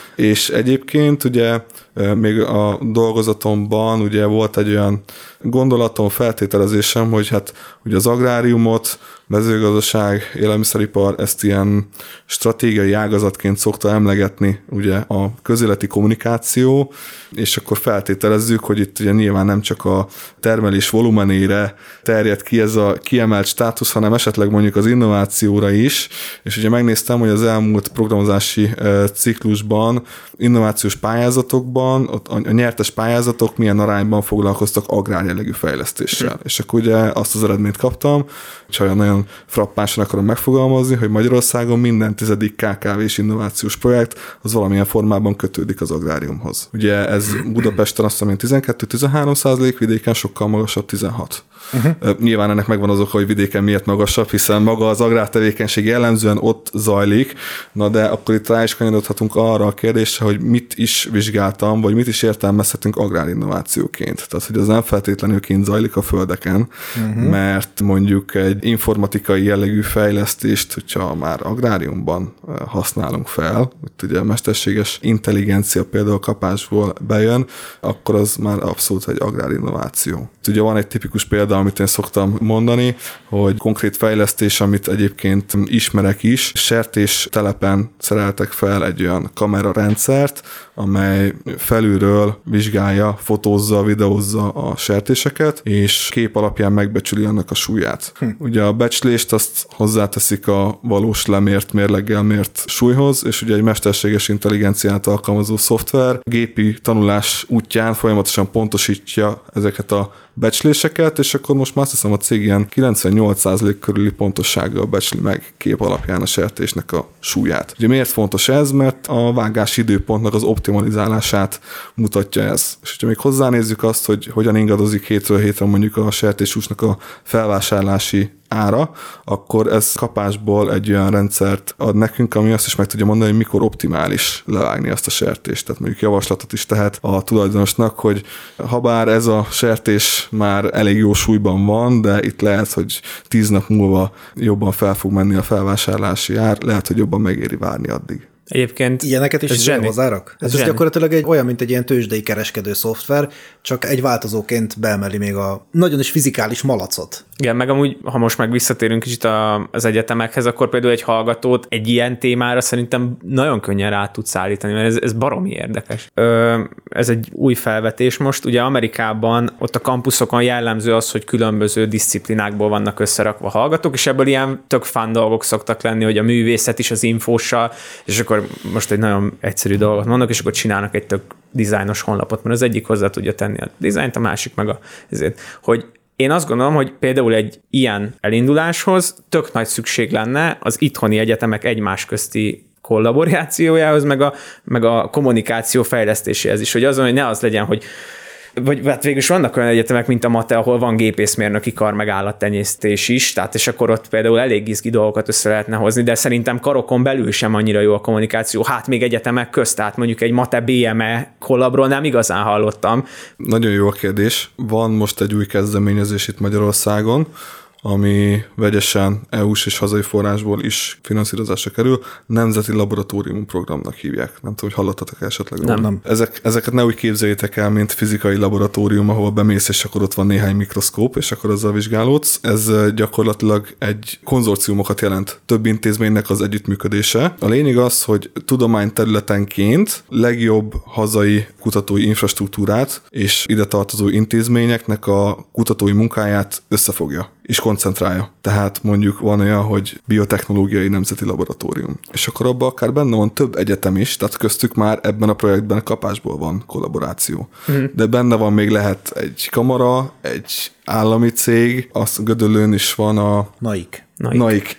És egyébként ugye még a dolgozatomban ugye volt egy olyan gondolatom, feltételezésem, hogy hát ugye az agráriumot, mezőgazdaság, élelmiszeripar ezt ilyen stratégiai ágazatként szokta emlegetni ugye a közéleti kommunikáció, és akkor feltételezzük, hogy itt ugye nyilván nem csak a termelés volumenére terjed ki ez a kiemelt státusz, hanem esetleg mondjuk az innovációra is, és ugye megnéztem, hogy az elmúlt programozási ciklusban, innovációs pályázatokban, a nyertes pályázatok milyen arányban foglalkoztak agrárjellegű fejlesztéssel. És akkor ugye azt az eredményt kaptam, és olyan nagyon frappánsan akarom megfogalmazni, hogy Magyarországon minden 10. KKV-s innovációs projekt az valamilyen formában kötődik az agráriumhoz. Ugye ez Budapesten azt hiszem 12-13%, vidéken sokkal magasabb, 16%. Nyilván ennek megvan az oka, hogy vidéken miért magasabb, hiszen maga az agrártevékenység jellemzően ott zajlik, na de akkor itt rá is kanyarodhatunk arra a kérdésre, hogy mit is vizsgáltam, vagy mit is értelmezhetünk agrárinnovációként. Tehát, hogy az nem feltétlenül kint zajlik a földeken, mert mondjuk egy informatikai jellegű fejlesztést, hogyha már agráriumban használunk fel, itt ugye a mesterséges intelligencia például kapásból bejön, akkor az már abszolút egy agrárinnováció. Ugye van egy tipikus példa, amit én szoktam mondani, hogy konkrét fejlesztés, amit egyébként ismerek is, sertés telepen szereltek fel egy olyan kamerarendszert, amely felülről vizsgálja, fotózza, videózza a sertéseket, és kép alapján megbecsüli annak a súlyát. Ugye a becslést azt hozzáteszik a valós lemért, mérleggel mért súlyhoz, és ugye egy mesterséges intelligenciát alkalmazó szoftver gépi tanulás útján folyamatosan pontosítja ezeket a becsléseket, és akkor most már azt hiszem a cég ilyen 98% körüli pontossággal becsli meg kép alapján a sertésnek a súlyát. Ugye miért fontos ez? Mert a vágási időpontnak az optimalizálását mutatja ez. És hogyha még hozzánézzük azt, hogy hogyan ingadozik hétről hétre mondjuk a sertéshúsnak a felvásárlási ára, akkor ez kapásból egy olyan rendszert ad nekünk, ami azt is meg tudja mondani, hogy mikor optimális levágni azt a sertést. Tehát mondjuk javaslatot is tehet a tulajdonosnak, hogy ha bár ez a sertés már elég jó súlyban van, de itt lehet, hogy 10 nap múlva jobban fel fog menni a felvásárlási ár, lehet, hogy jobban megéri várni addig. Egyébként ilyeneket is hozzárak? Ez gyakorlatilag olyan, mint egy ilyen tőzsdei kereskedő szoftver, csak egy változóként beemeli még a nagyon is fizikális malacot. Igen, meg amúgy, ha most meg visszatérünk kicsit az egyetemekhez, akkor például egy hallgatót egy ilyen témára szerintem nagyon könnyen rá tudsz állítani, mert ez baromi érdekes. Ez egy új felvetés most. Ugye Amerikában ott a kampuszokon jellemző az, hogy különböző diszciplinákból vannak összerakva hallgatók, és ebből ilyen tök fun dolgok szoktak lenni, hogy a művészet is az infóssal, és akkor most egy nagyon egyszerű dolgot mondok, és akkor csinálnak egy tök dizájnos honlapot, mert az egyik hozzá tudja tenni a dizájnt, a másik meg ezért, hogy én azt gondolom, hogy például egy ilyen elinduláshoz tök nagy szükség lenne az itthoni egyetemek egymás közti kollaborációjához, meg a kommunikáció fejlesztéséhez is, hogy azon, hogy ne az legyen, hogy vagy hát végül is vannak olyan egyetemek, mint a MATE, ahol van gépészmérnöki kar, meg állattenyésztés is, tehát és akkor ott például elég izgi dolgokat össze lehetne hozni, de szerintem karokon belül sem annyira jó a kommunikáció, hát még egyetemek közt, tehát mondjuk egy MATE BME kollabról nem igazán hallottam. Nagyon jó a kérdés. Van most egy új kezdeményezés itt Magyarországon, ami vegyesen EU-s és hazai forrásból is finanszírozásra kerül, Nemzeti Laboratórium Programnak hívják. Nem tudom, hogy hallottatok esetleg. Nem. Ezeket ne úgy képzeljétek el, mint fizikai laboratórium, ahol bemész, és akkor ott van néhány mikroszkóp, és akkor azzal vizsgálódsz. Ez gyakorlatilag egy konzorciumokat jelent, több intézménynek az együttműködése. A lényeg az, hogy tudományterületenként legjobb hazai kutatói infrastruktúrát és ide tartozó intézményeknek a kutatói munkáját összefogja. is koncentrálja. Tehát mondjuk van olyan, hogy biotechnológiai nemzeti laboratórium. És akkor abban akár benne van több egyetem is, tehát köztük már ebben a projektben kapásból van kollaboráció. De benne van még lehet egy kamara, egy állami cég, azt Gödöllőn is van a... NAIC,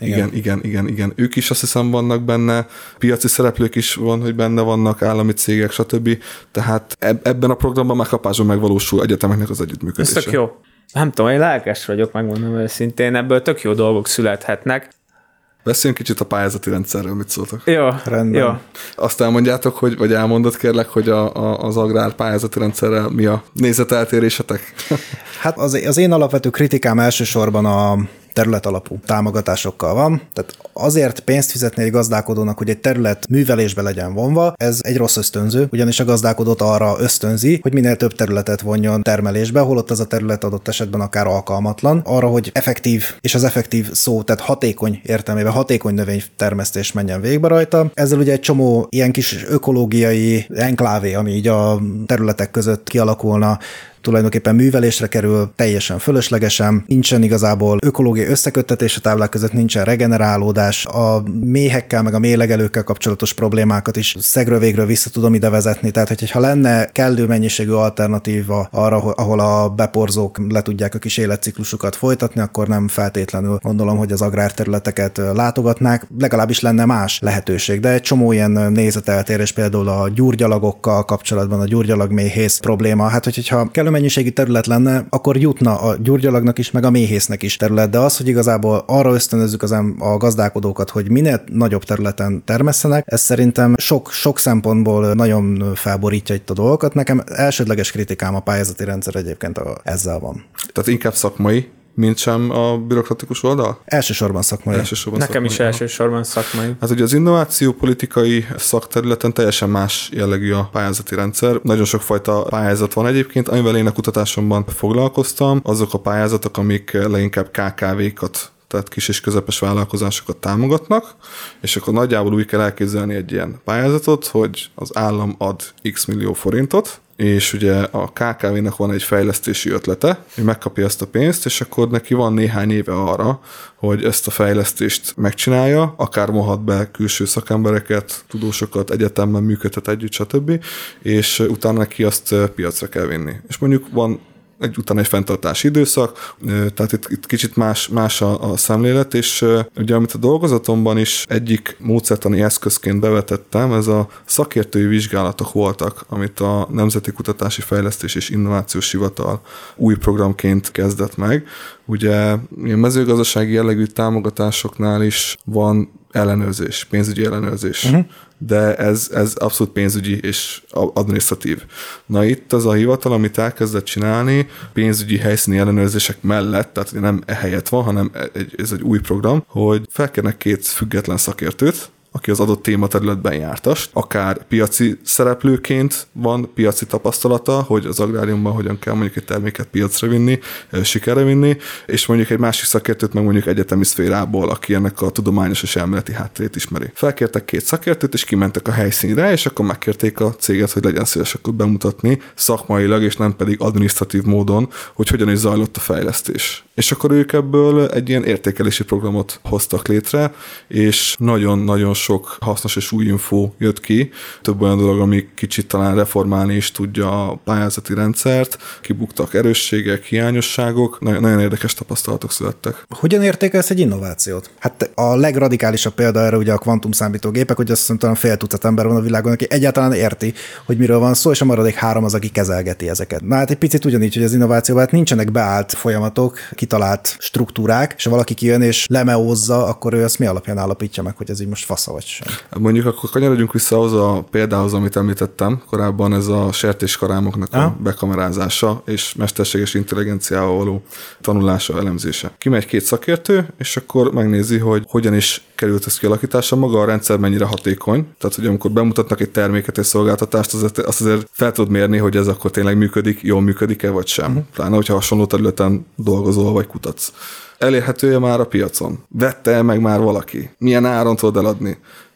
igen. Ők is azt hiszem vannak benne, piaci szereplők is van, hogy benne vannak, állami cégek, stb. Tehát ebben a programban már kapásban megvalósul egyetemeknek az együttműködése. Ez tök jó. Nem tudom, én lelkes vagyok, megmondom őszintén, ebből tök jó dolgok születhetnek. Beszéljünk kicsit a pályázati rendszerről, mit szóltak. Jó, rendben. Jó. Azt elmondjátok, vagy elmondod kérlek, hogy az agrár pályázati rendszerrel mi a nézeteltérésetek? Hát az én alapvető kritikám elsősorban a területalapú támogatásokkal van. Tehát azért pénzt fizetni egy gazdálkodónak, hogy egy terület művelésbe legyen vonva, ez egy rossz ösztönző, ugyanis a gazdálkodót arra ösztönzi, hogy minél több területet vonjon termelésbe, holott az a terület adott esetben akár alkalmatlan, arra, hogy effektív, és az effektív szó, tehát hatékony értelmében, hatékony növénytermesztés menjen végbe rajta. Ezzel ugye egy csomó ilyen kis ökológiai enklávé, ami így a területek között kialakulna, tulajdonképpen művelésre kerül, teljesen fölöslegesen, nincsen igazából ökológiai összeköttetés a táblák között, nincsen regenerálódás, a méhekkel meg a méhlegelőkkel kapcsolatos problémákat is szegről végről vissza tudom ide vezetni, tehát hogyha lenne kellő mennyiségű alternatíva arra, ahol a beporzók le tudják a kis életciklusukat folytatni, akkor nem feltétlenül gondolom, hogy az agrárterületeket látogatnák, legalábbis lenne más lehetőség, de egy csomó ilyen nézeteltérés például a gyurgyalagokkal kapcsolatban, a gyurgyalagméhész probléma, hát hogyha kellő mennyiségű terület lenne, akkor jutna a gyurgyalagnak is, meg a méhésznek is terület, de az, hogy igazából arra ösztönözzük a gazdálkodókat, hogy minél nagyobb területen termesszenek, ez szerintem sok szempontból nagyon felborítja itt a dolgokat. Nekem elsődleges kritikám a pályázati rendszer egyébként ezzel van. Tehát inkább szakmai, mint sem a bürokratikus oldal? Elsősorban szakmai. Nekem is elsősorban szakmai. Hát ugye az innovációpolitikai szakterületen teljesen más jellegű a pályázati rendszer. Nagyon sokfajta pályázat van egyébként, amivel én a kutatásomban foglalkoztam. Azok a pályázatok, amik leginkább KKV-kat, tehát kis és közepes vállalkozásokat támogatnak, és akkor nagyjából úgy kell elképzelni egy ilyen pályázatot, hogy az állam ad x millió forintot, és ugye a KKV-nek van egy fejlesztési ötlete, hogy megkapja ezt a pénzt, és akkor neki van néhány éve arra, hogy ezt a fejlesztést megcsinálja, akár vonhat be külső szakembereket, tudósokat, egyetemben működhet együtt, stb., és utána neki azt piacra kell vinni. És mondjuk van utána egy fenntartási időszak, tehát itt kicsit más a szemlélet, és ugye amit a dolgozatomban is egyik módszertani eszközként bevetettem, ez a szakértői vizsgálatok voltak, amit a Nemzeti Kutatási Fejlesztés és Innovációs Hivatal új programként kezdett meg. Ugye a mezőgazdasági jellegű támogatásoknál is van ellenőrzés, pénzügyi ellenőrzés. De ez abszolút pénzügyi és adminisztratív. Na itt az a hivatal, amit elkezdett csinálni pénzügyi helyszíni ellenőrzések mellett, tehát nem ehelyett van, hanem ez egy új program, hogy felkérnek 2 független szakértőt, aki az adott tématerületben jártas, akár piaci szereplőként van piaci tapasztalata, hogy az agráriumban hogyan kell mondjuk egy terméket piacra vinni, sikerre vinni, és mondjuk egy másik szakértőt meg mondjuk egyetemi szférából, aki ennek a tudományos és elméleti hátterét ismeri. Felkértek 2 szakértőt, és kimentek a helyszínre, és akkor megkérték a céget, hogy legyen szíves akkor bemutatni szakmailag, és nem pedig adminisztratív módon, hogy hogyan is zajlott a fejlesztés. És akkor ők ebből egy ilyen értékelési programot hoztak létre, és nagyon-nagyon sok hasznos és új info jött ki. Több olyan dolog, ami kicsit talán reformálni is tudja a pályázati rendszert, kibuktak erősségek, hiányosságok, nagyon érdekes tapasztalatok születtek. Hogyan értékelsz egy innovációt? Hát a legradikálisabb példa erre ugye a kvantumszámítógépek, hogy azt hiszem talán fél tucat ember van a világon, aki egyáltalán érti, hogy miről van szó, és a maradék 3 az, aki kezelgeti ezeket. Na hát egy picit ugyanígy, hogy az innovációban hát nincsenek beállt folyamatok, kitalált struktúrák, és ha valaki kijön és lemeózza, akkor ő azt mi alapján állapítja meg, hogy ez így most fasza vagy sem. Mondjuk akkor kanyarodjunk vissza ahhoz a példához, amit említettem korábban, ez a sertéskarámoknak a bekamerázása és mesterséges intelligenciával való tanulása, elemzése. Kimegy 2 szakértő, és akkor megnézi, hogy hogyan is került ez kialakításra, maga a rendszer mennyire hatékony. Tehát, hogy amikor bemutatnak egy terméket, egy szolgáltatást, azt azért fel tudod mérni, hogy ez akkor tényleg működik, jól működik-e, vagy sem. Pláne, hogyha hasonló területen dolgozol, vagy kutatsz. Elérhető-e már a piacon? Vette meg már valaki? Milyen áron tudod eladni?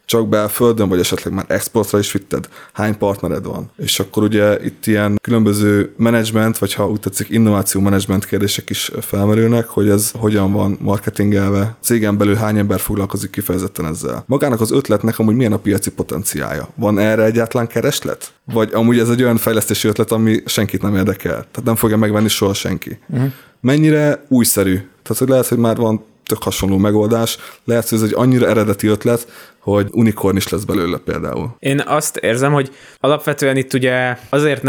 csak belföldön, vagy esetleg már exportra is vitted, hány partnered van. És akkor ugye itt ilyen különböző menedzsment, vagy ha úgy tetszik, innováció menedzsment kérdések is felmerülnek, hogy ez hogyan van marketingelve, cégen belül hány ember foglalkozik kifejezetten ezzel. Magának az ötletnek amúgy milyen a piaci potenciálja? Van erre egyáltalán kereslet? Vagy amúgy ez egy olyan fejlesztési ötlet, ami senkit nem érdekel? Tehát nem fogja megvenni soha senki. Mennyire újszerű? Tehát hogy lehet, hogy már van tök hasonló megoldás, lehet, hogy ez egy annyira eredeti ötlet, hogy unikorn is lesz belőle például. Én azt érzem, hogy alapvetően itt ugye azért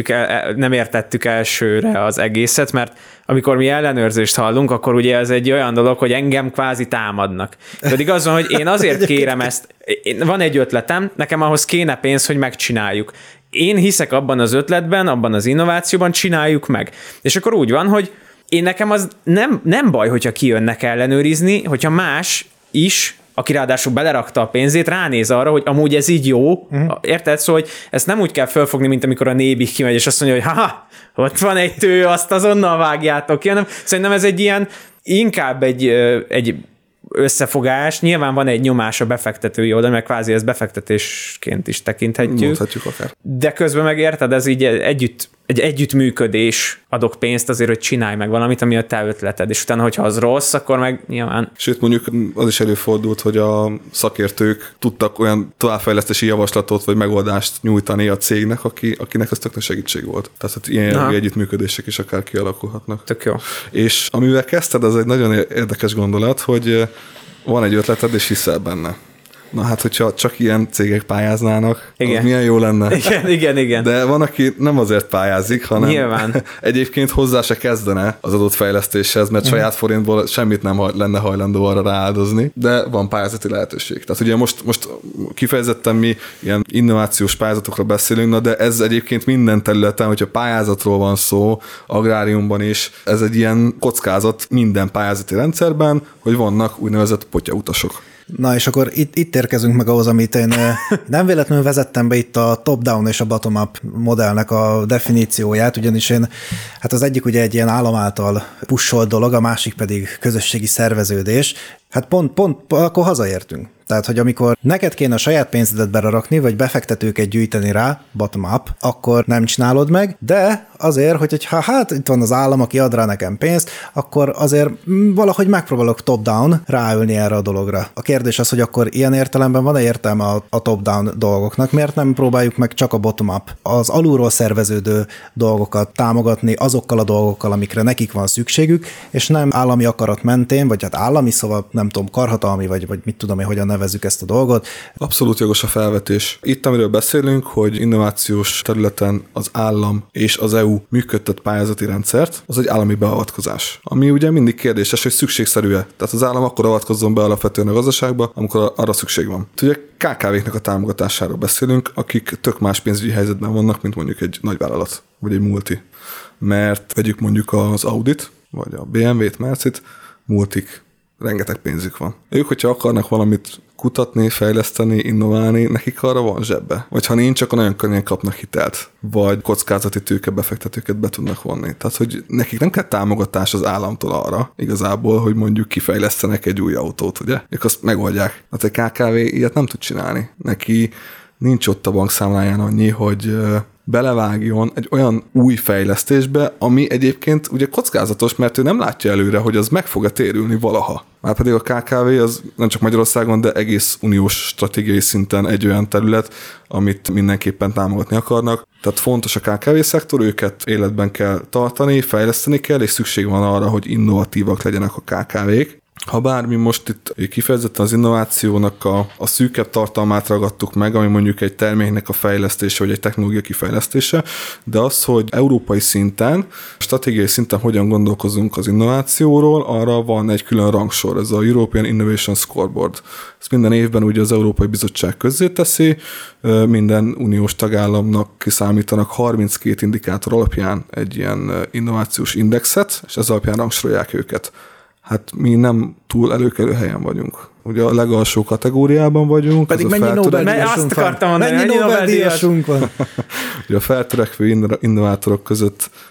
nem értettük elsőre az egészet, mert amikor mi ellenőrzést hallunk, akkor ugye ez egy olyan dolog, hogy engem kvázi támadnak. Pedig az van, hogy én azért kérem ezt, van egy ötletem, nekem ahhoz kéne pénz, hogy megcsináljuk. Én hiszek abban az ötletben, abban az innovációban, csináljuk meg. És akkor úgy van, hogy én nekem az nem baj, hogyha kijönnek ellenőrizni, hogyha más is, aki ráadásul belerakta a pénzét, ránéz arra, hogy amúgy ez így jó, érted? Szóval, hogy ezt nem úgy kell fölfogni, mint amikor a Nébih kimegy, és azt mondja, hogy haha, ott van egy tő, azt azonnal vágjátok ki, hanem szerintem ez egy ilyen, inkább egy összefogás, nyilván van egy nyomás a befektetői oldalon, mert kvázi ezt befektetésként is tekinthetjük. Mondhatjuk akár. De közben meg érted, ez így egy együttműködés, adok pénzt azért, hogy csinálj meg valamit, ami a te ötleted, és utána, hogyha az rossz, akkor meg nyilván... Sőt, mondjuk az is előfordult, hogy a szakértők tudtak olyan továbbfejlesztési javaslatot vagy megoldást nyújtani a cégnek, akinek ez tök nagy segítség volt. Tehát hogy ilyen együttműködések is akár kialakulhatnak. Tök jó. És amivel kezdted, az egy nagyon érdekes gondolat, hogy van egy ötleted, és hiszel benne. Na hát, hogyha csak ilyen cégek pályáznának, az milyen jó lenne. Igen. De van, aki nem azért pályázik, hanem nyilván. Egyébként hozzá se kezdene az adott fejlesztéshez, mert saját forintból semmit nem lenne hajlandó arra rááldozni, de van pályázati lehetőség. Tehát ugye most kifejezetten mi ilyen innovációs pályázatokra beszélünk, na de ez egyébként minden területen, hogyha pályázatról van szó, agráriumban is, ez egy ilyen kockázat minden pályázati rendszerben, hogy vannak úgynevezett potyautasok. Na és akkor itt érkezünk meg ahhoz, amit én nem véletlenül vezettem be itt a top-down és a bottom-up modellnek a definícióját, ugyanis hát az egyik ugye egy ilyen állam által pusholt dolog, a másik pedig közösségi szerveződés. Hát pont akkor hazaértünk. Tehát, hogy amikor neked kéne a saját pénzedet belerakni, vagy befektetőket gyűjteni rá, bottom-up, akkor nem csinálod meg, de azért, hogy hát itt van az állam, aki ad rá nekem pénzt, akkor azért valahogy megpróbálok top-down ráülni erre a dologra. A kérdés az, hogy akkor ilyen értelemben van-e értelme a top-down dolgoknak, miért nem próbáljuk meg csak a bottom-up, az alulról szerveződő dolgokat támogatni azokkal a dolgokkal, amikre nekik van szükségük, és nem állami akarat mentén, vagy hát állami, szóval nem tudom, karhatalmi, vagy mit tudom én, hogyan nevezzük ezt a dolgot. Abszolút jogos a felvetés. Itt, amiről beszélünk, hogy innovációs területen az állam és az EU működtet pályázati rendszert, az egy állami beavatkozás. Ami ugye mindig kérdéses, hogy szükségszerű-e. Tehát az állam akkor avatkozzon be alapvetően a gazdaságba, amikor arra szükség van. Ugye KKV-knek a támogatásáról beszélünk, akik tök más pénzügyi helyzetben vannak, mint mondjuk egy nagyvállalat, vagy egy multi. Mert vegyük mondjuk az Audit, vagy a BMW-t, Mercit, multik, rengeteg pénzük van. Ők, hogyha akarnak valamit kutatni, fejleszteni, innoválni, nekik arra van zsebbe. Vagy ha nincs, akkor nagyon könnyen kapnak hitelt. Vagy kockázati tőkebefektetőket be tudnak vonni. Tehát, hogy nekik nem kell támogatás az államtól arra, igazából, hogy mondjuk kifejlesztenek egy új autót, ugye? Ők azt megoldják. Hát egy KKV ilyet nem tud csinálni. Neki nincs ott a bankszámláján annyi, hogy belevágjon egy olyan új fejlesztésbe, ami egyébként ugye kockázatos, mert ő nem látja előre, hogy az meg fog térülni valaha. Márpedig a KKV az nem csak Magyarországon, de egész uniós stratégiai szinten egy olyan terület, amit mindenképpen támogatni akarnak. Tehát fontos a KKV szektor, őket életben kell tartani, fejleszteni kell, és szükség van arra, hogy innovatívak legyenek a KKV-k. Ha bármi most itt kifejezetten az innovációnak a szűkebb tartalmát ragadtuk meg, ami mondjuk egy terméknek a fejlesztése, vagy egy technológia kifejlesztése, de az, hogy európai szinten, stratégiai szinten hogyan gondolkozunk az innovációról, arra van egy külön rangsor, ez a European Innovation Scoreboard. Ezt minden évben ugye az Európai Bizottság közzéteszi, minden uniós tagállamnak kiszámítanak 32 indikátor alapján egy ilyen innovációs indexet, és ez alapján rangsorolják őket. Hát mi nem túl előkelő helyen vagyunk. Ugye a legalsó kategóriában vagyunk. Pedig mennyi Nobel-díjasunk van? Mennyi Nobel-díjasunk van? Ugye a feltörekvő innovátorok között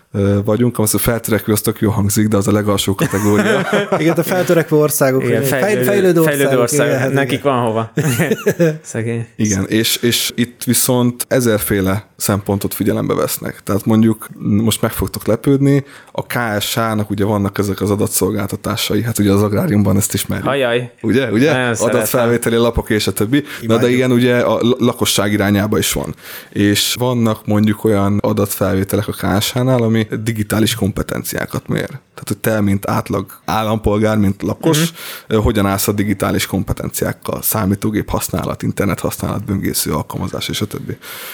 vagyunk, az a feltörekvő, az tök jó hangzik, de az a legalsó kategória. Igen, a feltörekvő országok, igen, fejlődő országok. Nekik van hova. Szegény. Igen, és itt viszont ezerféle szempontot figyelembe vesznek. Tehát mondjuk most meg fogtok lepődni, a KSH-nak ugye vannak ezek az adatszolgáltatásai, hát ugye az agráriumban ezt ismerjük. Ajaj. Ugye? Adatfelvételi lapok és a többi. De igen, ugye a lakosság irányába is van. És vannak mondjuk olyan adatfelvételek a KSH-nál, ami digitális kompetenciákat mér. Tehát, hogy te, mint átlag állampolgár, mint lakos, hogyan állsz a digitális kompetenciákkal, számítógép használat, internet használat, böngésző alkalmazás és a többi.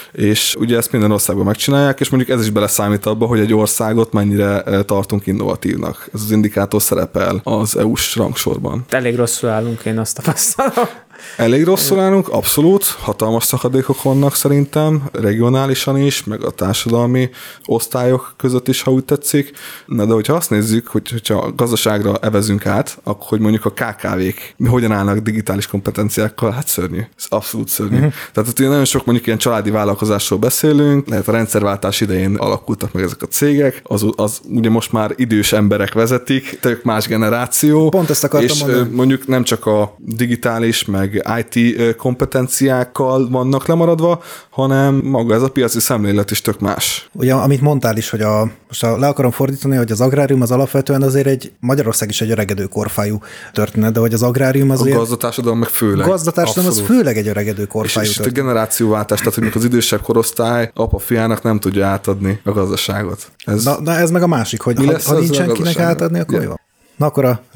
És ugye ezt minden országban megcsinálják, és mondjuk ez is beleszámít abba, hogy egy országot mennyire tartunk innovatívnak. Ez az indikátor szerepel az EU-s rangsorban. Elég rosszul állunk, én azt tapasztalom. Elég rosszul állunk, abszolút, hatalmas szakadékok vannak szerintem, regionálisan is, meg a társadalmi osztályok között is, ha úgy tetszik. Na de hogyha azt nézzük, hogyha a gazdaságra evezünk át, akkor hogy mondjuk a KKV-k hogyan állnak digitális kompetenciákkal, hát szörnyű. Ez abszolút szörnyű. Tehát ugye nagyon sok mondjuk ilyen családi vállalkozásról beszélünk, lehet a rendszerváltás idején alakultak meg ezek a cégek, az ugye most már idős emberek vezetik, tök más generáció. Pont ezt akartam és mondani. mondjuk nem csak a digitális, meg IT kompetenciákkal vannak lemaradva, hanem maga ez a piaci szemlélet is tök más. Ugye, amit mondtál is, hogy most le akarom fordítani, hogy az agrárium az alapvetően azért Magyarország is egy öregedő korfájú történet, de hogy az agrárium azért... A gazdatársadalom meg főleg. A gazdatársadalom az főleg egy öregedő korfájú és itt a generációváltás, tehát hogy az idősebb korosztály apa-fiának nem tudja átadni a gazdaságot. Na ez meg a másik, hogy ha nincsen kinek átadni, akkor jó. Na akkor a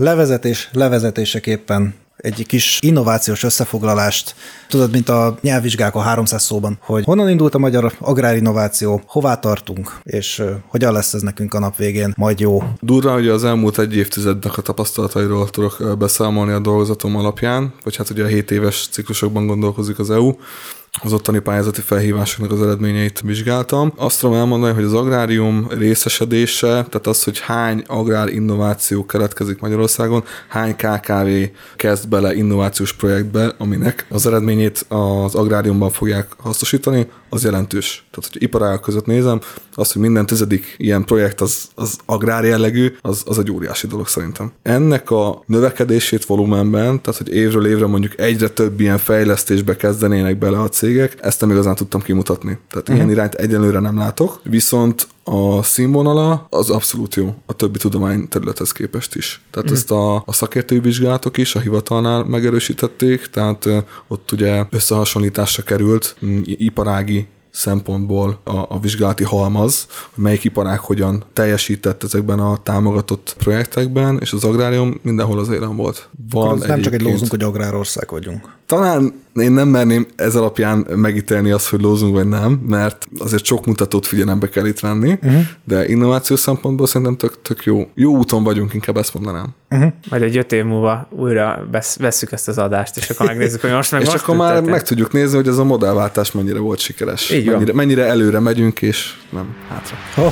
levezetéseképpen egy kis innovációs összefoglalást, tudod, mint a nyelvvizsgák a 300 szóban, hogy honnan indult a magyar agrárinnováció, hová tartunk, és hogyan lesz ez nekünk a nap végén majd jó. Durva, hogy az elmúlt egy évtizednek a tapasztalatairól tudok beszámolni a dolgozatom alapján, vagy hát ugye a 7 éves ciklusokban gondolkozik az EU, az ottani pályázati felhívásoknak az eredményeit vizsgáltam. Azt tudom elmondani, hogy az agrárium részesedése, tehát az, hogy hány agrár innováció keletkezik Magyarországon, hány KKV kezd bele innovációs projektbe, aminek az eredményét az agráriumban fogják hasznosítani, az jelentős. Tehát, hogy iparágak között nézem, az, hogy minden 10. ilyen projekt az agrár jellegű, az egy óriási dolog szerintem. Ennek a növekedését volumenben, tehát, hogy évről évre mondjuk egyre több ilyen fejlesztésbe kezdenének bele a cégek, ezt nem igazán tudtam kimutatni. Tehát ilyen irányt egyelőre nem látok, viszont a színvonala az abszolút jó a többi tudományterülethez képest is. Tehát ezt a szakértői vizsgálatok is a hivatalnál megerősítették, tehát ott ugye összehasonlításra került iparági szempontból a vizsgálati halmaz, hogy melyik iparág hogyan teljesített ezekben a támogatott projektekben, és az agrárium mindenhol az élen volt. Van nem csak egy lózunk, hogy agrárország vagyunk. Talán én nem merném ez alapján megítélni azt, hogy lózunk vagy nem, mert azért sok mutatót figyelembe kell itt venni, de innovációs szempontból szerintem tök jó. Jó úton vagyunk, inkább ezt mondanám. Majd egy 5 év múlva újra vesszük ezt az adást, és akkor megnézzük, hogy most meg és most akkor már meg tudjuk nézni, hogy ez a modellváltás mennyire volt sikeres. Mennyire előre megyünk, és nem hátra.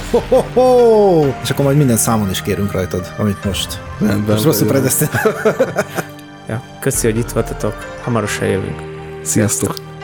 És akkor majd minden számon is kérünk rajtad, amit most. Rendben. Most rosszul predesztinál. Ja, köszi, hogy itt voltatok. Hamarosan jövünk. Sziasztok!